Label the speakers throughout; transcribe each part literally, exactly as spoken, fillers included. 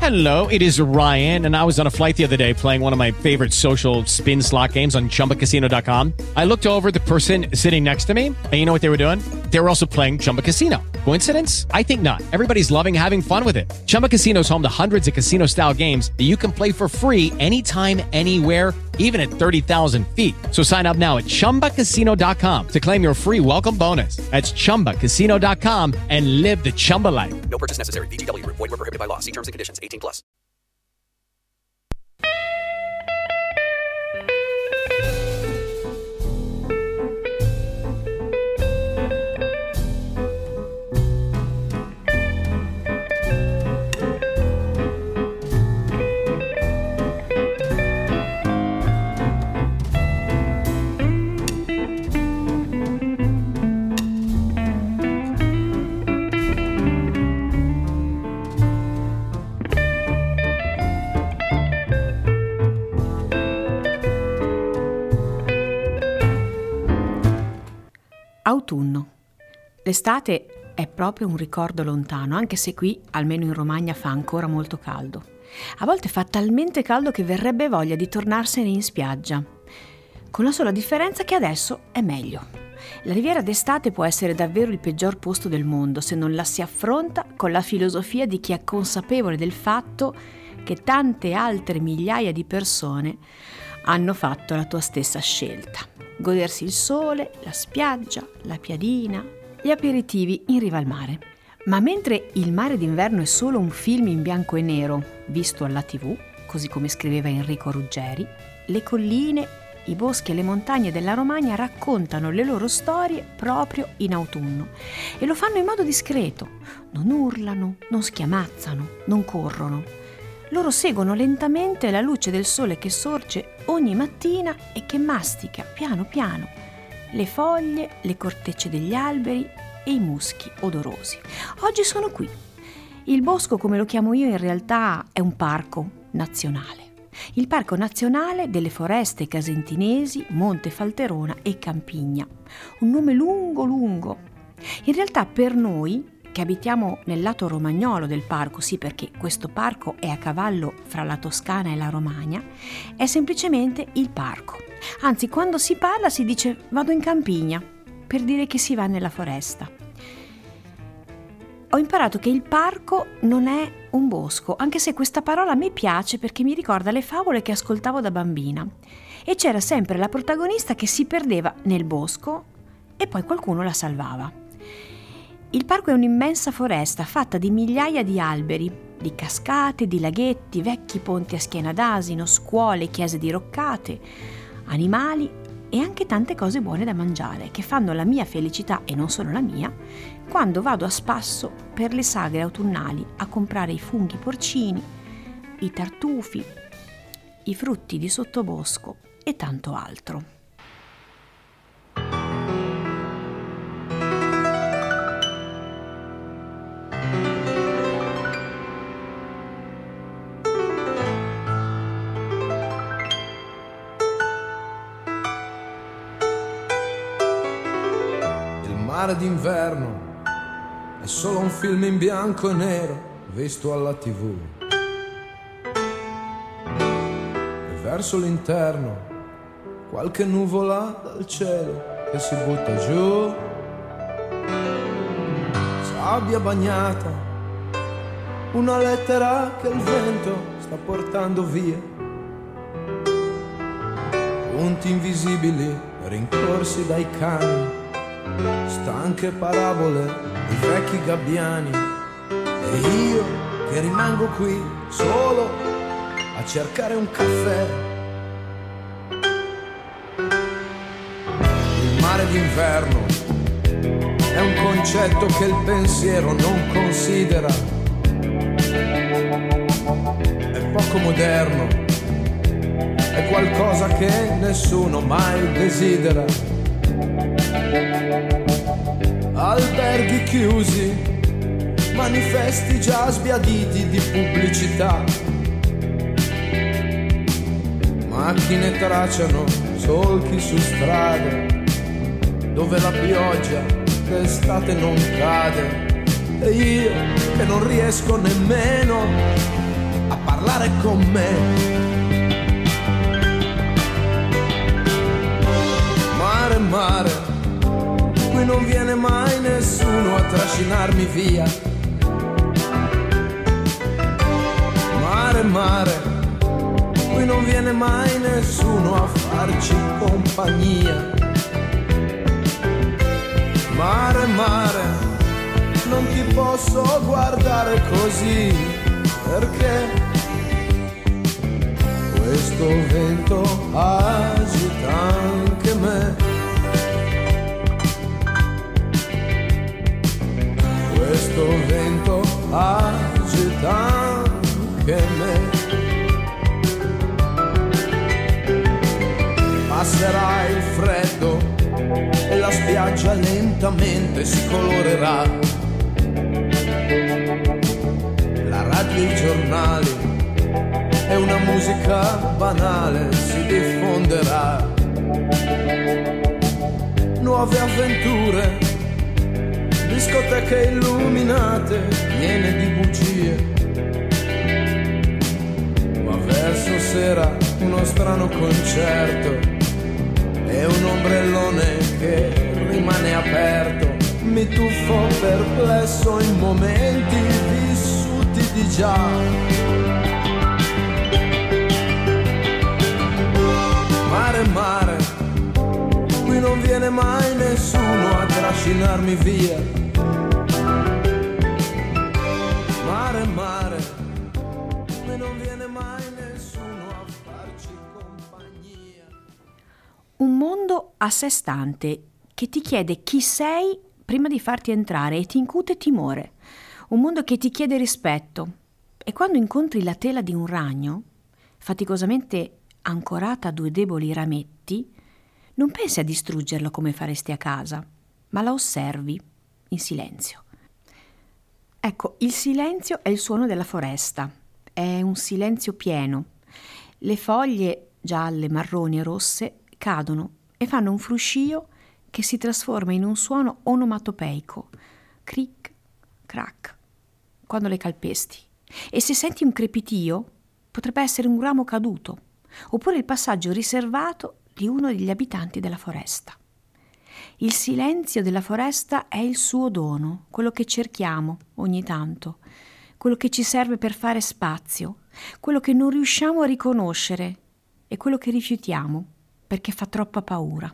Speaker 1: Hello, it is Ryan, and I was on a flight the other day playing one of my favorite social spin slot games on Chumba Casino dot com. I looked over at the person sitting next to me, and you know what they were doing? They were also playing Chumba Casino. Coincidence? I think not. Everybody's loving having fun with it. Chumba Casino is home to hundreds of casino-style games that you can play for free anytime, anywhere, even at thirty thousand feet. So sign up now at Chumba Casino dot com to claim your free welcome bonus. That's Chumba Casino dot com and live the Chumba life.
Speaker 2: No purchase necessary. V G W. Void where prohibited by law. See terms and conditions. eighteen plus.
Speaker 3: Autunno. L'estate è proprio un ricordo lontano, anche se qui, almeno in Romagna, fa ancora molto caldo. A volte fa talmente caldo che verrebbe voglia di tornarsene in spiaggia, con la sola differenza che adesso è meglio. La riviera d'estate può essere davvero il peggior posto del mondo se non la si affronta con la filosofia di chi è consapevole del fatto che tante altre migliaia di persone hanno fatto la tua stessa scelta. Godersi il sole, la spiaggia, la piadina, gli aperitivi in riva al mare. Ma mentre Il mare d'inverno è solo un film in bianco e nero visto alla tivù, così come scriveva Enrico Ruggeri, le colline, i boschi e le montagne della Romagna raccontano le loro storie proprio in autunno e lo fanno in modo discreto. Non urlano, non schiamazzano, non corrono. Loro seguono lentamente la luce del sole che sorge ogni mattina e che mastica piano piano le foglie, le cortecce degli alberi e i muschi odorosi. Oggi sono qui. Il bosco, come lo chiamo io, in realtà è un parco nazionale. Il Parco Nazionale delle Foreste Casentinesi, Monte Falterona e Campigna. Un nome lungo lungo. In realtà per noi che abitiamo nel lato romagnolo del parco, sì, perché questo parco è a cavallo fra la Toscana e la Romagna, è semplicemente il parco. Anzi, quando si parla si dice vado in campigna, per dire che si va nella foresta. Ho imparato che il parco non è un bosco, anche se questa parola a me piace perché mi ricorda le favole che ascoltavo da bambina. E c'era sempre la protagonista che si perdeva nel bosco e poi qualcuno la salvava. Il parco è un'immensa foresta fatta di migliaia di alberi, di cascate, di laghetti, vecchi ponti a schiena d'asino, scuole, chiese diroccate, animali e anche tante cose buone da mangiare che fanno la mia felicità, e non solo la mia, quando vado a spasso per le sagre autunnali a comprare i funghi porcini, i tartufi, i frutti di sottobosco e tanto altro.
Speaker 4: Il mare d'inverno è solo un film in bianco e nero visto alla tivù. E verso l'interno qualche nuvola dal cielo che si butta giù. Sabbia bagnata, una lettera che il vento sta portando via. Punti invisibili rincorsi dai cani, stanche parabole di vecchi gabbiani, e io che rimango qui solo a cercare un caffè. Il mare d'inverno è un concetto che il pensiero non considera, è poco moderno, è qualcosa che nessuno mai desidera. Alberghi chiusi, manifesti già sbiaditi di pubblicità, macchine tracciano solchi su strade dove la pioggia d'estate non cade, e io che non riesco nemmeno stare con me. Mare, mare, qui non viene mai nessuno a trascinarmi via. Mare, mare, qui non viene mai nessuno a farci compagnia. Mare, mare, non ti posso guardare così, perché questo vento agita anche me. Questo vento agita anche me. Passerà il freddo e la spiaggia lentamente si colorerà. La radio e i giornali e una musica banale si diffonderà. Nuove avventure, discoteche illuminate, piene di bugie. Ma verso sera uno strano concerto e un ombrellone che rimane aperto. Mi tuffo perplesso in momenti vissuti di già. Mare, mare, qui non viene mai nessuno a trascinarmi via. Mare, mare, qui non viene mai nessuno a farci compagnia.
Speaker 3: Un mondo a sé stante che ti chiede chi sei prima di farti entrare e ti incute timore. Un mondo che ti chiede rispetto. E quando incontri la tela di un ragno, faticosamente ancorata a due deboli rametti, non pensi a distruggerlo come faresti a casa, ma la osservi in silenzio. Ecco, il silenzio è il suono della foresta. È un silenzio pieno. Le foglie gialle, marroni e rosse cadono e fanno un fruscio che si trasforma in un suono onomatopeico, cric, crac, quando le calpesti. E se senti un crepitio, potrebbe essere un ramo caduto, oppure il passaggio riservato di uno degli abitanti della foresta. Il silenzio della foresta è il suo dono, quello che cerchiamo ogni tanto, quello che ci serve per fare spazio, quello che non riusciamo a riconoscere e quello che rifiutiamo perché fa troppa paura.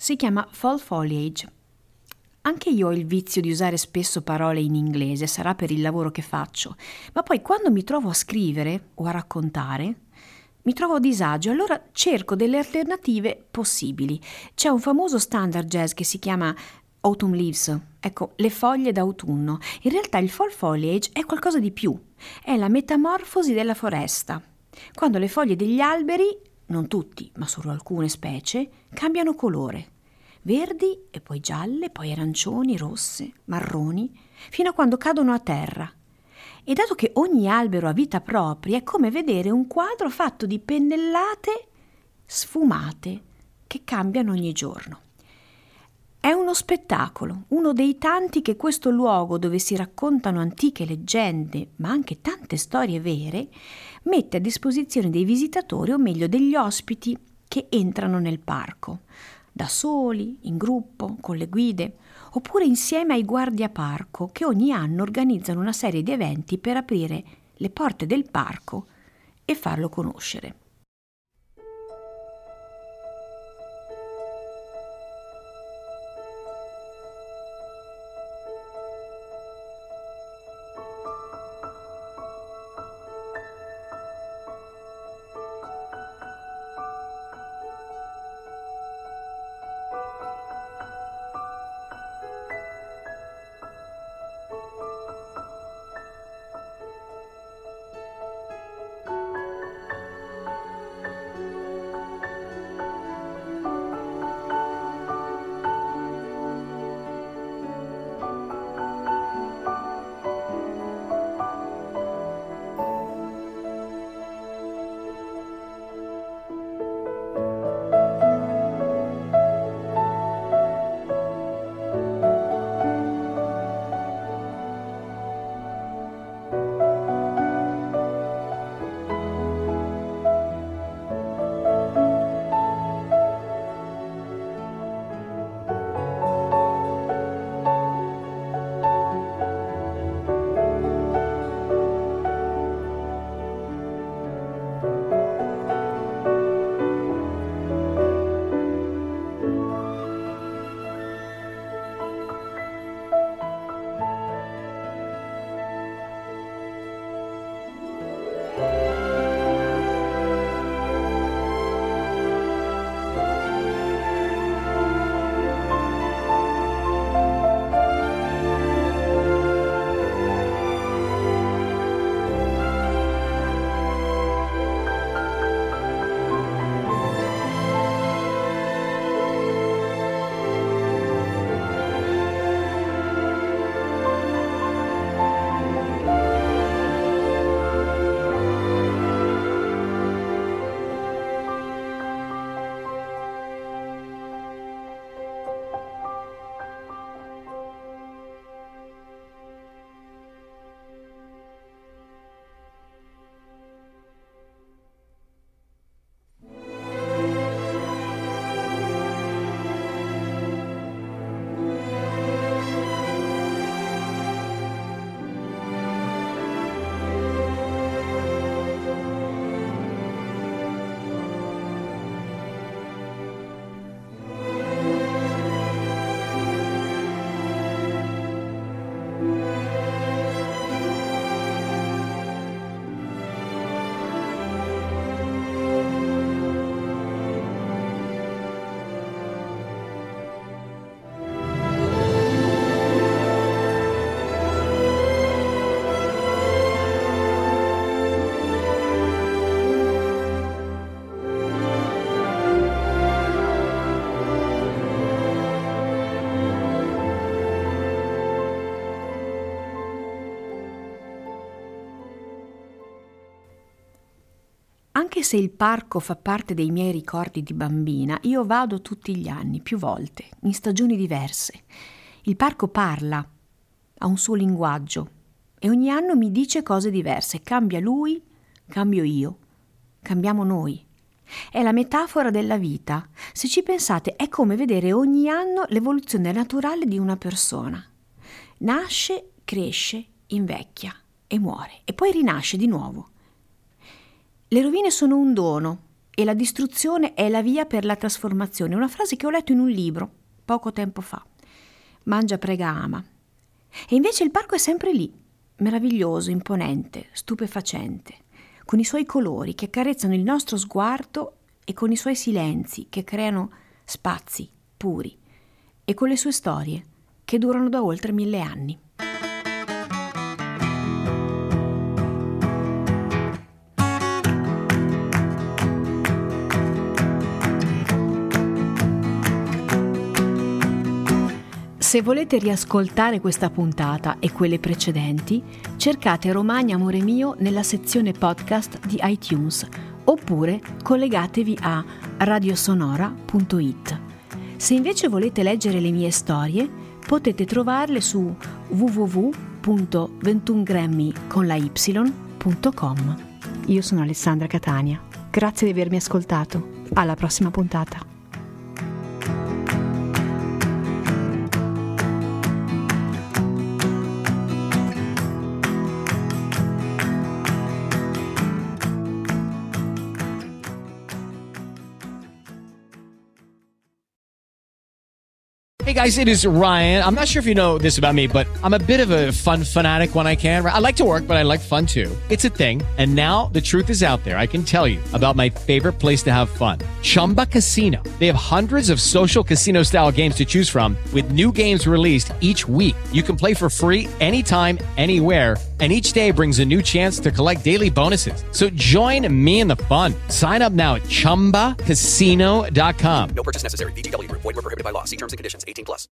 Speaker 3: Si chiama fall foliage. Anche io ho il vizio di usare spesso parole in inglese, sarà per il lavoro che faccio, ma poi quando mi trovo a scrivere o a raccontare mi trovo a disagio, allora cerco delle alternative possibili. C'è un famoso standard jazz che si chiama Autumn Leaves, ecco, le foglie d'autunno. In realtà il fall foliage è qualcosa di più, è la metamorfosi della foresta. Quando le foglie degli alberi, non tutti, ma solo alcune specie, cambiano colore. Verdi e poi gialle, poi arancioni, rosse, marroni, fino a quando cadono a terra. E dato che ogni albero ha vita propria, è come vedere un quadro fatto di pennellate sfumate che cambiano ogni giorno. È uno spettacolo, uno dei tanti che questo luogo dove si raccontano antiche leggende, ma anche tante storie vere, mette a disposizione dei visitatori, o meglio degli ospiti che entrano nel parco, da soli, in gruppo, con le guide, oppure insieme ai guardiaparco che ogni anno organizzano una serie di eventi per aprire le porte del parco e farlo conoscere. Anche se il parco fa parte dei miei ricordi di bambina, io vado tutti gli anni, più volte, in stagioni diverse. Il parco parla, ha un suo linguaggio e ogni anno mi dice cose diverse. Cambia lui, cambio io, cambiamo noi. È la metafora della vita. Se ci pensate, è come vedere ogni anno l'evoluzione naturale di una persona. Nasce, cresce, invecchia e muore e poi rinasce di nuovo. Le rovine sono un dono, e la distruzione è la via per la trasformazione. Una frase che ho letto in un libro poco tempo fa. Mangia, prega, ama. E invece il parco è sempre lì, meraviglioso, imponente, stupefacente, con i suoi colori che accarezzano il nostro sguardo e con i suoi silenzi che creano spazi puri e con le sue storie che durano da oltre mille anni. Se volete riascoltare questa puntata e quelle precedenti, cercate Romagna Amore Mio nella sezione podcast di iTunes oppure collegatevi a radiosonora punto it. Se invece volete leggere le mie storie, potete trovarle su w w w punto ventuno grammi con la y punto com. Io sono Alessandra Catania. Grazie di avermi ascoltato. Alla prossima puntata.
Speaker 1: Hey guys, it is Ryan. I'm not sure if you know this about me, but I'm a bit of a fun fanatic when I can. I like to work, but I like fun too. It's a thing. And now the truth is out there. I can tell you about my favorite place to have fun. Chumba Casino. They have hundreds of social casino style games to choose from with new games released each week. You can play for free anytime, anywhere. And each day brings a new chance to collect daily bonuses. So join me in the fun. Sign up now at chumba casino dot com.
Speaker 2: No purchase necessary. V G W Group. Void where prohibited by law. See terms and conditions. eighteen plus.